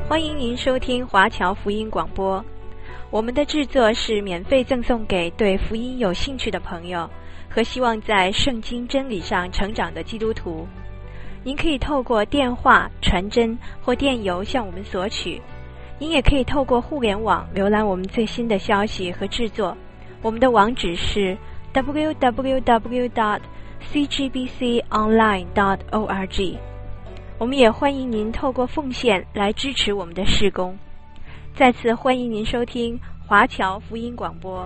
欢迎您收听华侨福音广播。我们的制作是免费赠送给对福音有兴趣的朋友和希望在圣经真理上成长的基督徒。您可以透过电话、传真或电邮向我们索取。您也可以透过互联网浏览我们最新的消息和制作。我们的网址是 www.cgbconline.org。我们也欢迎您透过奉献来支持我们的事工。再次欢迎您收听华侨福音广播。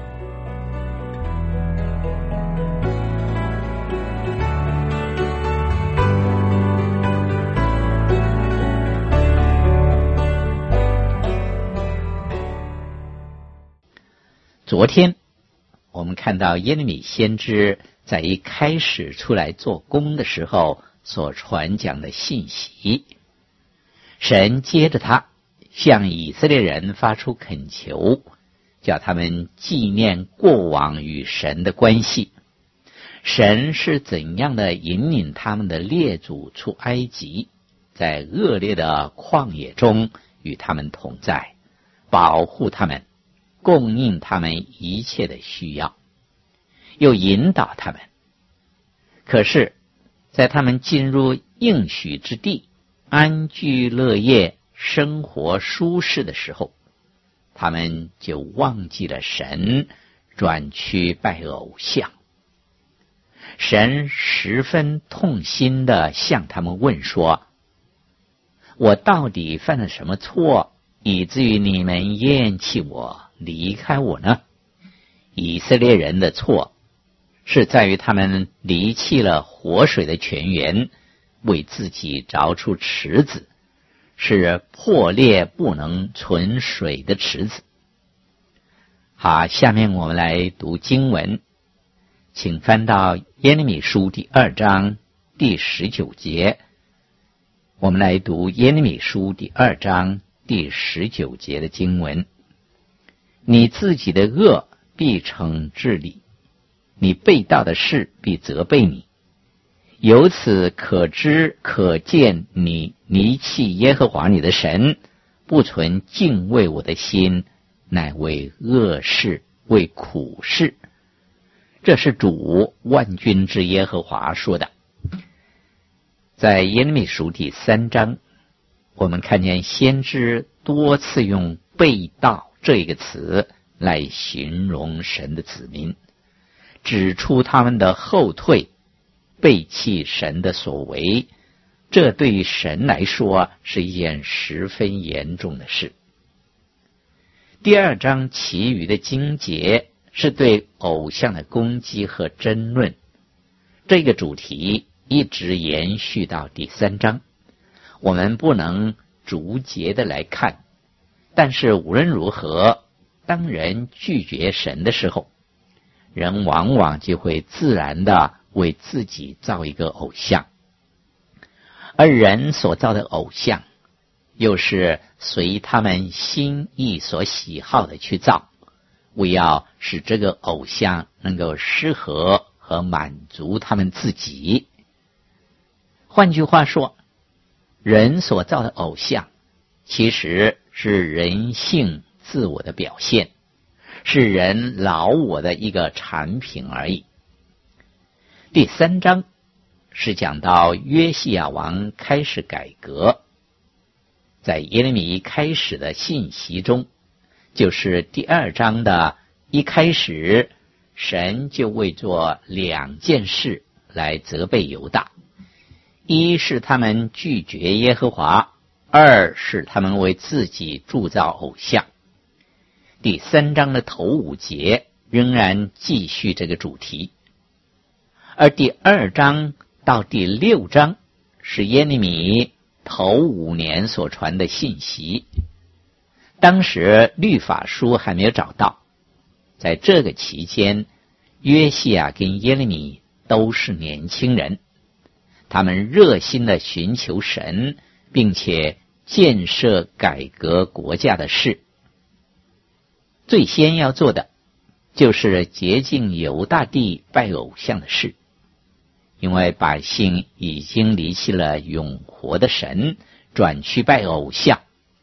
昨天我们看到耶利米先知在一开始出来做工的时候所传讲的信息，神接着他向以色列人发出恳求，叫他们纪念过往与神的关系，神是怎样的引领他们的列祖出埃及，在恶劣的旷野中与他们同在，保护他们，供应他们一切的需要，又引导他们。可是在他们进入应许之地，安居乐业，生活舒适的时候，他们就忘记了神，转去拜偶像。神十分痛心地向他们问说，我到底犯了什么错，以至于你们厌弃我，离开我呢？以色列人的错是在于他们离弃了活水的泉源，为自己凿出池子，是破裂不能存水的池子。好，下面我们来读经文，请翻到耶利米书第2章第19节。我们来读耶利米书第2章第19节的经文。你自己的恶必惩治你，你背道的事必责备你。由此可知可见，你离弃耶和华你的神，不存敬畏我的心，乃为恶事，为苦事。这是主万军之耶和华说的。在耶利米书第3章，我们看见先知多次用背道这一个词来形容神的子民，指出他们的后退，背弃神的所为，这对于神来说是一件十分严重的事。第2章其余的经节是对偶像的攻击和争论，这个主题一直延续到第3章。我们不能逐节的来看，但是无论如何，当人拒绝神的时候，人往往就会自然的为自己造一个偶像，而人所造的偶像又是随他们心意所喜好的去造，为要使这个偶像能够适合和满足他们自己。换句话说，人所造的偶像其实是人性自我的表现，是人老我的一个产品而已。第3章是讲到约西亚王开始改革，在耶利米开始的信息中，就是第2章的一开始，神就为做2件事来责备犹大。一是他们拒绝耶和华，二是他们为自己铸造偶像。第3章的头5节仍然继续这个主题，而第2章到第6章是耶利米头5年所传的信息。当时律法书还没有找到，在这个期间，约西亚跟耶利米都是年轻人，他们热心地寻求神，并且建设改革国家的事。最先要做的就是洁净犹大地拜偶像的事，因为百姓已经离弃了永活的神，转去拜偶像，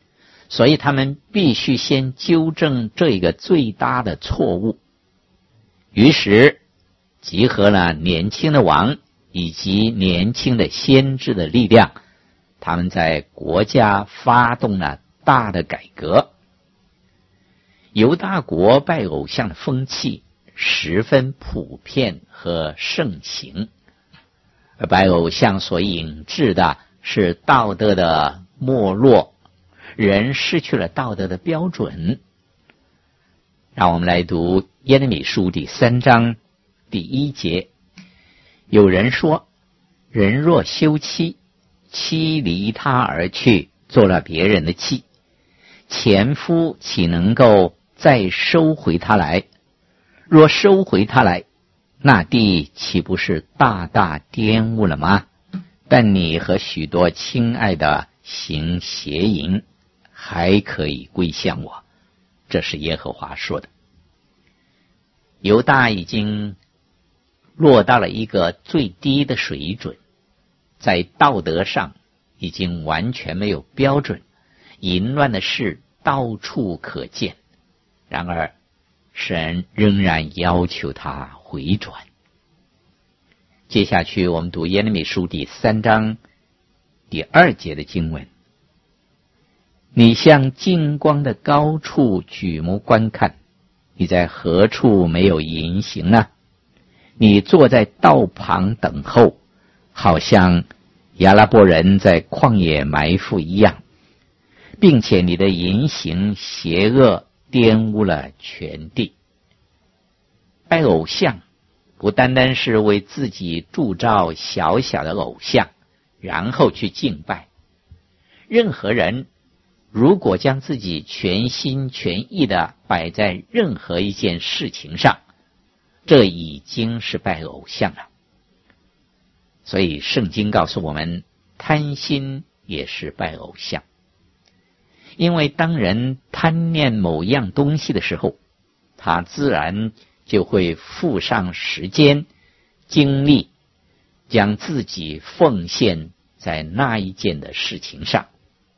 所以他们必须先纠正这一个最大的错误。于是集合了年轻的王以及年轻的先知的力量，他们在国家发动了大的改革。犹大国拜偶像的风气十分普遍和盛行，而拜偶像所引致的是道德的没落，人失去了道德的标准。让我们来读耶利米书第3章第1节。有人说，人若休妻，妻离他而去，做了别人的妻，前夫岂能够再收回他来？若收回他来，那地岂不是大大玷污了吗？但你和许多亲爱的行邪淫，还可以归向我。这是耶和华说的。犹大已经落到了一个最低的水准，在道德上已经完全没有标准，淫乱的事到处可见。然而神仍然要求他回转。接下去我们读耶利米书第3章第2节的经文。你向近光的高处举目观看，你在何处没有淫行呢？你坐在道旁等候，好像亚拉伯人在旷野埋伏一样，并且你的淫行邪恶玷污了全地。拜偶像不单单是为自己铸造小小的偶像，然后去敬拜。任何人如果将自己全心全意地摆在任何一件事情上，这已经是拜偶像了。所以圣经告诉我们，贪心也是拜偶像。因为当人贪念某样东西的时候，他自然就会付上时间、精力，将自己奉献在那一件的事情上。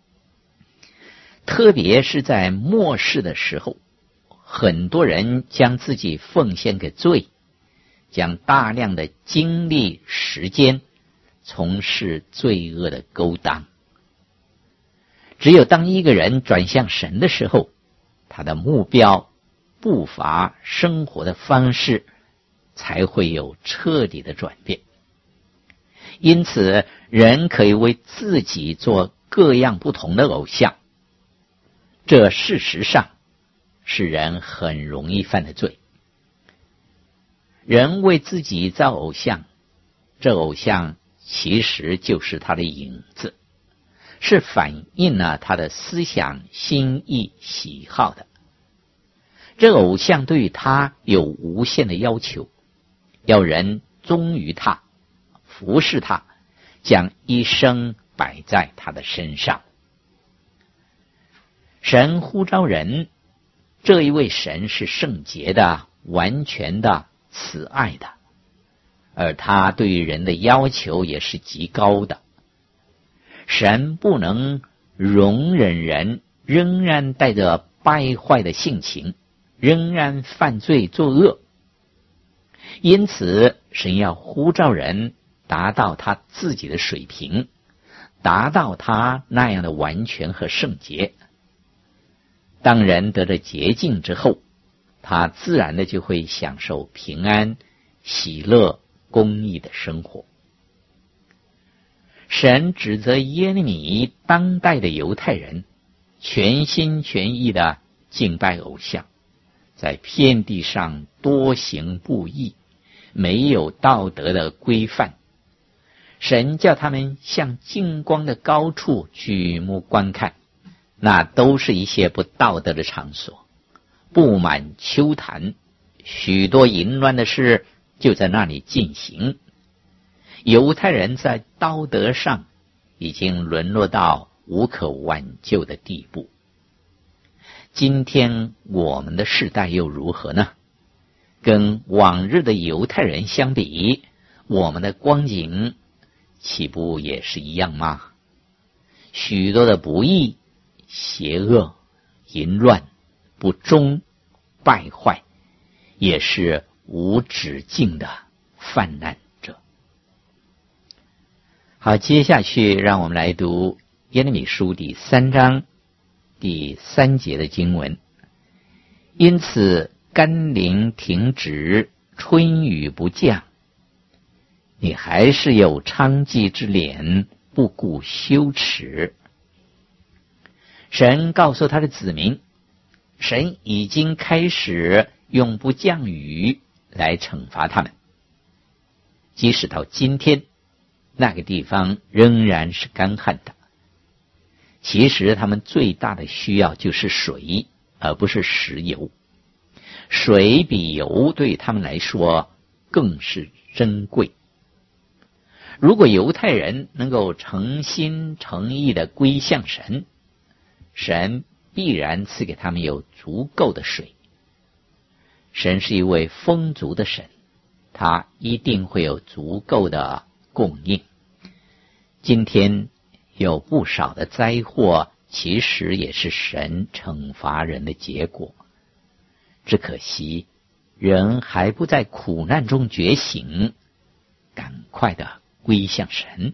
特别是在末世的时候，很多人将自己奉献给罪，将大量的精力、时间从事罪恶的勾当。只有当一个人转向神的时候，他的目标、步伐、生活的方式才会有彻底的转变。因此，人可以为自己做各样不同的偶像，这事实上是人很容易犯的罪。人为自己造偶像，这偶像其实就是他的影子，是反映了他的思想、心意、喜好的。这偶像对于他有无限的要求，要人忠于他，服侍他，将一生摆在他的身上。神呼召人，这一位神是圣洁的、完全的、慈爱的，而他对于人的要求也是极高的。神不能容忍人仍然带着败坏的性情，仍然犯罪作恶。因此，神要呼召人达到他自己的水平，达到他那样的完全和圣洁。当人得了洁净之后，他自然的就会享受平安、喜乐、公义的生活。神指责耶利米当代的犹太人全心全意的敬拜偶像，在遍地上多行不义，没有道德的规范。神叫他们向近光的高处举目观看，那都是一些不道德的场所，布满丘坛，许多淫乱的事就在那里进行。犹太人在道德上已经沦落到无可挽救的地步。今天我们的世代又如何呢？跟往日的犹太人相比，我们的光景岂不也是一样吗？许多的不义， 邪恶、淫乱、不忠、败坏，也是无止境的泛滥者。好，接下去让我们来读耶利米书第3章第3节的经文。因此甘霖停止，春雨不降，你还是有娼妓之脸，不顾羞耻。神告诉他的子民，神已经开始用不降雨来惩罚他们。即使到今天，那个地方仍然是干旱的。其实他们最大的需要就是水，而不是石油。水比油对他们来说更是珍贵。如果犹太人能够诚心诚意地归向神，神必然赐给他们有足够的水。神是一位丰足的神，他一定会有足够的供应。今天有不少的灾祸，其实也是神惩罚人的结果。只可惜人还不在苦难中觉醒，赶快的归向神。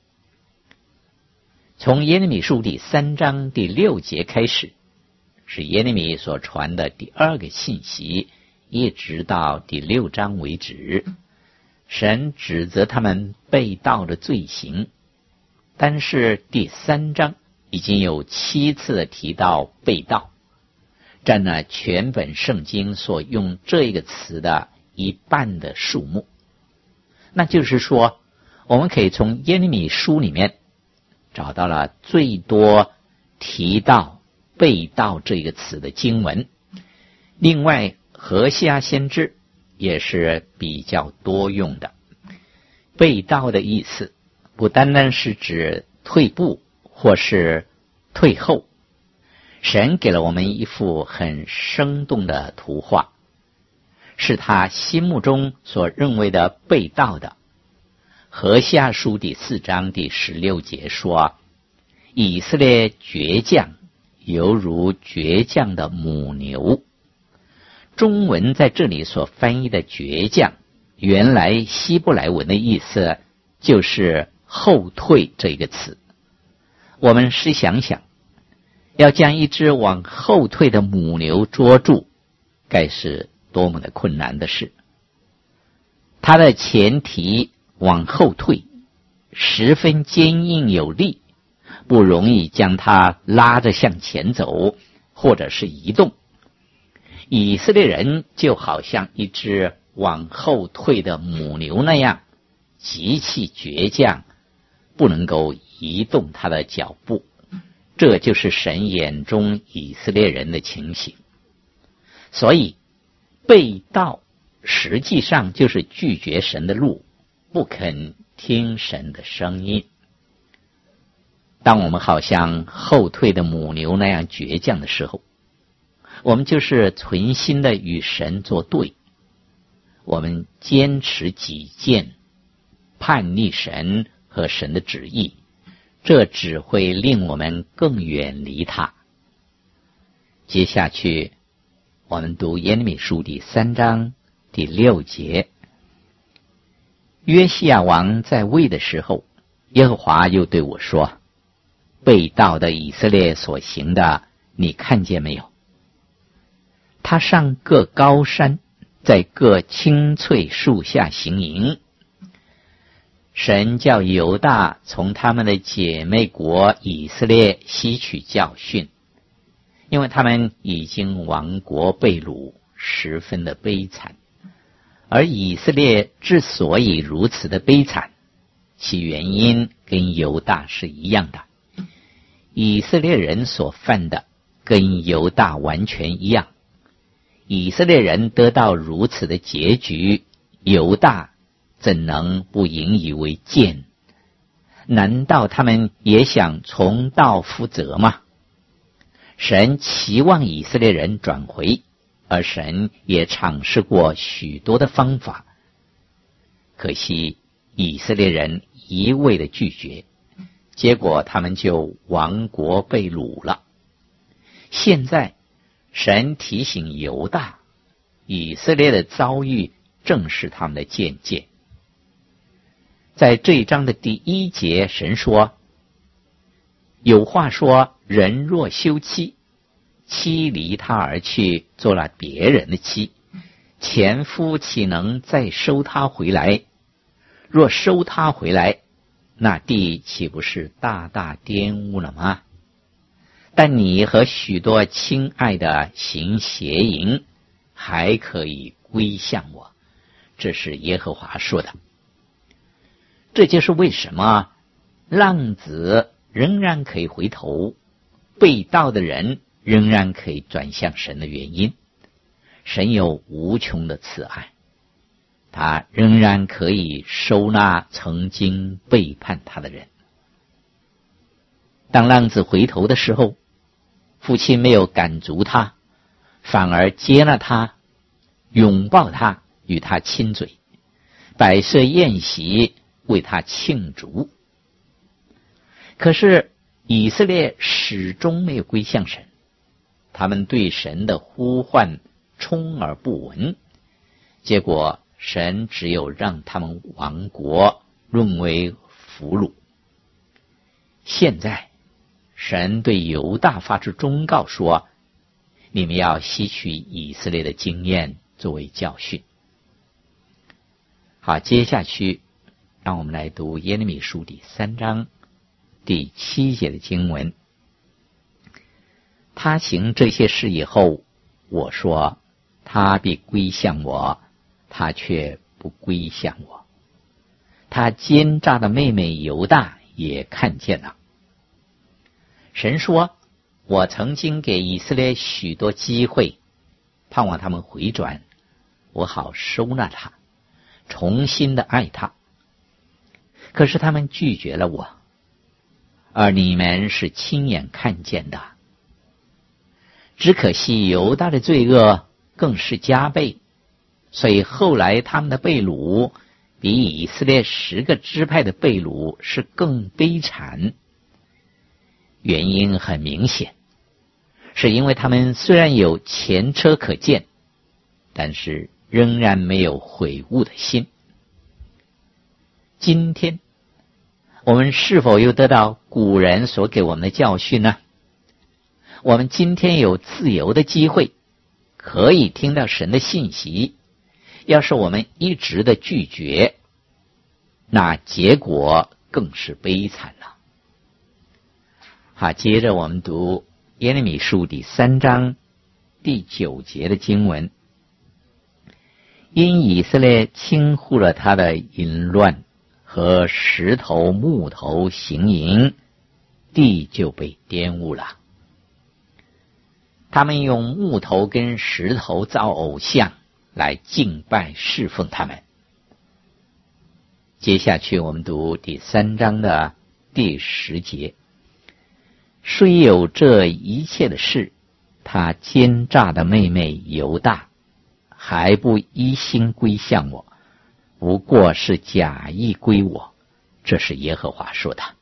从耶利米书第3章第6节开始，是耶利米所传的第2个信息，一直到第6章为止。神指责他们背道的罪行，但是第3章已经有7次的提到背道，占了全本圣经所用这个词的一半的数目。那就是说，我们可以从耶利米书里面找到了最多提到背道这个词的经文。另外何西阿先知也是比较多用的。背道的意思不单单是指退步或是退后，神给了我们一幅很生动的图画，是他心目中所认为的背道的。何西阿书第4章第16节说，以色列倔强，犹如倔强的母牛。中文在这里所翻译的倔强，原来希伯来文的意思就是后退这个词。我们试想想，要将一只往后退的母牛捉住，该是多么的困难的事。它的前蹄往后退，十分坚硬有力，不容易将它拉着向前走，或者是移动。以色列人就好像一只往后退的母牛那样，极其倔强，不能够移动他的脚步。这就是神眼中以色列人的情形。所以背道实际上就是拒绝神的路，不肯听神的声音。当我们好像后退的母牛那样倔强的时候，我们就是存心的与神作对，我们坚持己见，叛逆神和神的旨意，这只会令我们更远离他。接下去我们读耶利米书第3章第6节。约西亚王在位的时候，耶和华又对我说，背道的以色列所行的，你看见没有？他上各高山，在各青翠树下行营。神叫犹大从他们的姐妹国以色列吸取教训，因为他们已经亡国被掳，十分的悲惨。而以色列之所以如此的悲惨，其原因跟犹大是一样的。以色列人所犯的跟犹大完全一样。以色列人得到如此的结局，犹大怎能不引以为鉴？难道他们也想重蹈覆辙吗？神期望以色列人转回，而神也尝试过许多的方法，可惜以色列人一味的拒绝，结果他们就亡国被掳了。 现在神提醒犹大，以色列的遭遇正是他们的见解。在这一章的第1节，神说，有话说，人若休妻，妻离他而去，做了别人的妻，前夫岂能再收他回来？若收他回来，那地岂不是大大玷污了吗？但你和许多亲爱的行邪淫，还可以归向我。这是耶和华说的。这就是为什么浪子仍然可以回头，被盗的人仍然可以转向神的原因。神有无穷的慈爱，他仍然可以收纳曾经背叛他的人。当浪子回头的时候，父亲没有赶逐他，反而接纳他，拥抱他，与他亲嘴，摆设宴席为他庆祝。可是以色列始终没有归向神，他们对神的呼唤充耳不闻，结果神只有让他们亡国，沦为俘虏。现在神对犹大发出忠告说，你们要吸取以色列的经验作为教训。好，接下去让我们来读耶利米书第3章第7节的经文。他行这些事以后，我说他必归向我，他却不归向我。他奸诈的妹妹犹大也看见了。神说，我曾经给以色列许多机会，盼望他们回转，我好收纳他，重新的爱他。可是他们拒绝了我，而你们是亲眼看见的。只可惜犹大的罪恶更是加倍，所以后来他们的被掳比以色列10个支派的被掳是更悲惨。原因很明显，是因为他们虽然有前车可鉴，但是仍然没有悔悟的心。今天我们是否又得到古人所给我们的教训呢？我们今天有自由的机会，可以听到神的信息，要是我们一直的拒绝，那结果更是悲惨了。好，接着我们读耶利米书第3章第9节的经文。因以色列轻忽了他的淫乱，和石头木头行淫，地就被玷污了。他们用木头跟石头造偶像来敬拜侍奉他们。接下去我们读第3章的第10节。虽有这一切的事，他奸诈的妹妹犹大还不一心归向我，不过是假意归我。这是耶和华说的。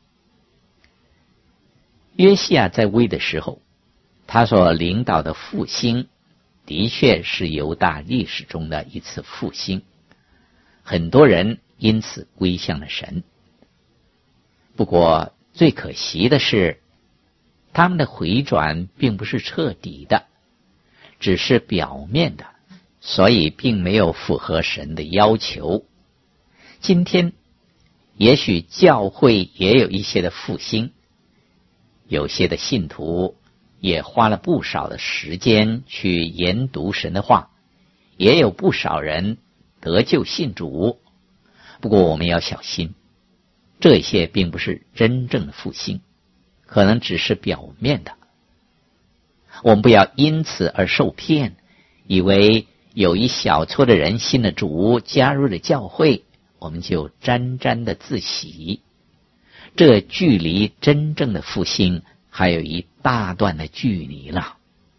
约西亚在位的时候，他所领导的复兴的确是犹大历史中的一次复兴，很多人因此归向了神。不过最可惜的是，他们的回转并不是彻底的，只是表面的，所以并没有符合神的要求。今天也许教会也有一些的复兴，有些的信徒也花了不少的时间去研读神的话，也有不少人得救信主。不过我们要小心，这些并不是真正的复兴，可能只是表面的。我们不要因此而受骗，以为有一小撮的人信了主，加入了教会，我们就沾沾的自喜。这距离真正的复兴还有一大段的距离了。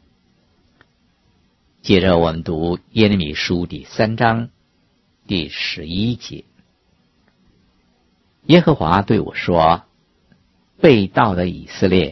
接着我们读耶利米书第3章第11节。耶和华对我说，被盗的以色列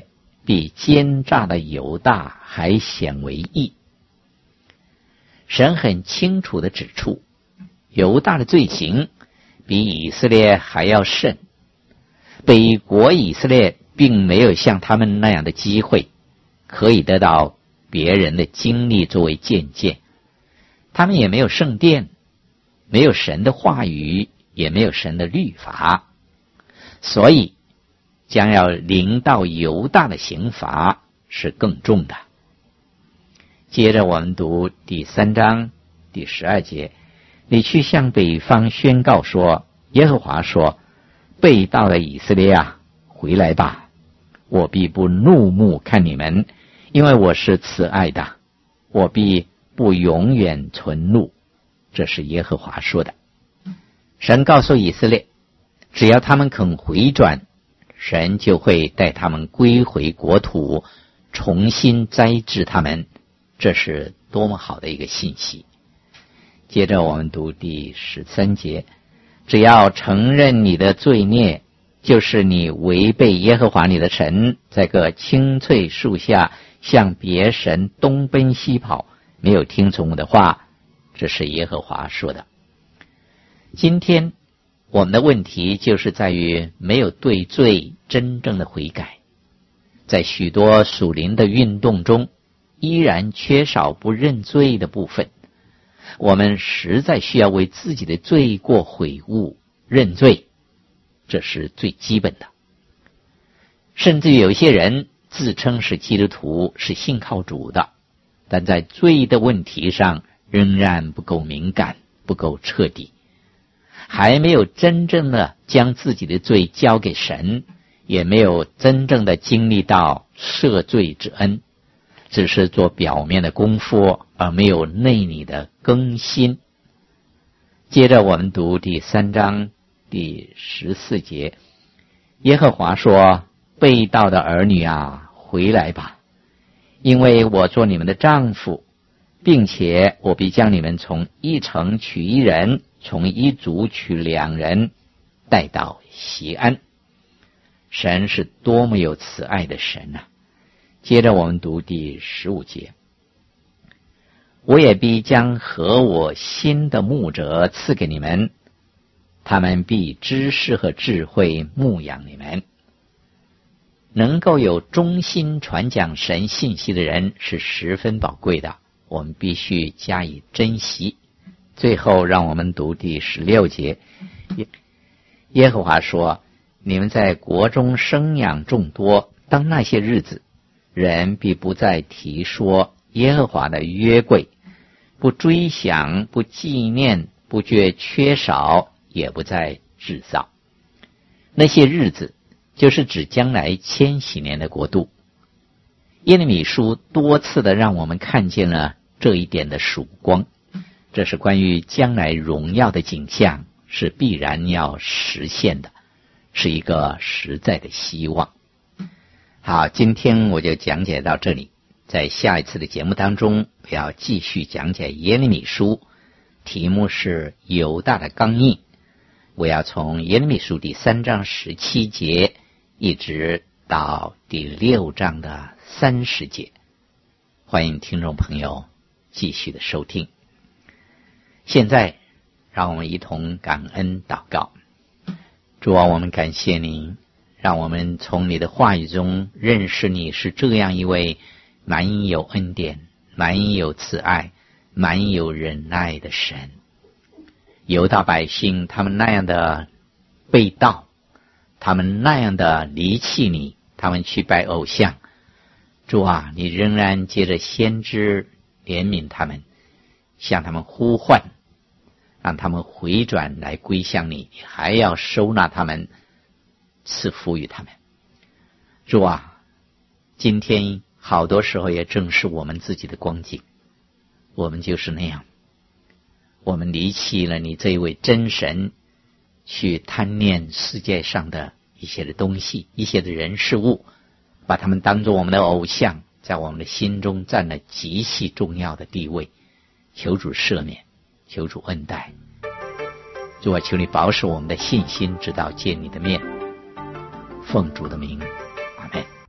比奸诈的犹大还显为义。神很清楚地指出，犹大的罪行比以色列还要甚。北国以色列并没有像他们那样的机会，可以得到别人的经历作为见解。他们也没有圣殿，没有神的话语，也没有神的律法，所以将要临到犹大的刑罚是更重的。接着我们读第3章第12节，你去向北方宣告说，耶和华说，背道的以色列啊，回来吧，我必不怒目看你们，因为我是慈爱的，我必不永远存怒。这是耶和华说的。神告诉以色列，只要他们肯回转，神就会带他们归回国土，重新栽植他们。这是多么好的一个信息。接着我们读第13节，只要承认你的罪孽，就是你违背耶和华你的神，在个青翠树下向别神东奔西跑，没有听从我的话。这是耶和华说的。今天我们的问题就是在于没有对罪真正的悔改，在许多属灵的运动中依然缺少不认罪的部分。我们实在需要为自己的罪过悔悟认罪，这是最基本的。甚至有些人自称是基督徒，是信靠主的，但在罪的问题上仍然不够敏感，不够彻底，还没有真正的将自己的罪交给神，也没有真正的经历到赦罪之恩，只是做表面的功夫，而没有内里的更新。接着我们读第3章第14节，耶和华说，背道的儿女啊，回来吧，因为我做你们的丈夫，并且我必将你们从一城取一人，从一族取2人，带到锡安。神是多么有慈爱的神啊！接着我们读第15节，我也必将合我心的牧者赐给你们，他们必知识和智慧牧养你们。能够有忠心传讲神信息的人是十分宝贵的，我们必须加以珍惜。最后让我们读第16节，耶和华说，你们在国中生养众多，当那些日子，人必不再提说耶和华的约柜，不追想，不纪念，不觉缺少，也不再制造。那些日子就是指将来千禧年的国度。耶利米书多次的让我们看见了这一点的曙光，这是关于将来荣耀的景象，是必然要实现的，是一个实在的希望。好，今天我就讲解到这里，在下一次的节目当中，我要继续讲解耶利米书，题目是犹大的刚硬。我要从耶利米书第3章17节一直到第6章的30节，欢迎听众朋友继续的收听。现在让我们一同感恩祷告。主啊，我们感谢你，让我们从你的话语中认识你是这样一位满有恩典、满有慈爱、满有忍耐的神。犹大百姓他们那样的背道，他们那样的离弃你，他们去拜偶像，主啊，你仍然借着先知怜悯他们，向他们呼唤，让他们回转来归向你，你还要收纳他们，赐福于他们。主啊，今天好多时候也正是我们自己的光景，我们就是那样，我们离弃了你这一位真神，去贪念世界上的一些的东西，一些的人事物，把他们当作我们的偶像，在我们的心中占了极其重要的地位。求主赦免，求主恩待。主啊，求你保守我们的信心，直到见你的面。奉主的名，阿们。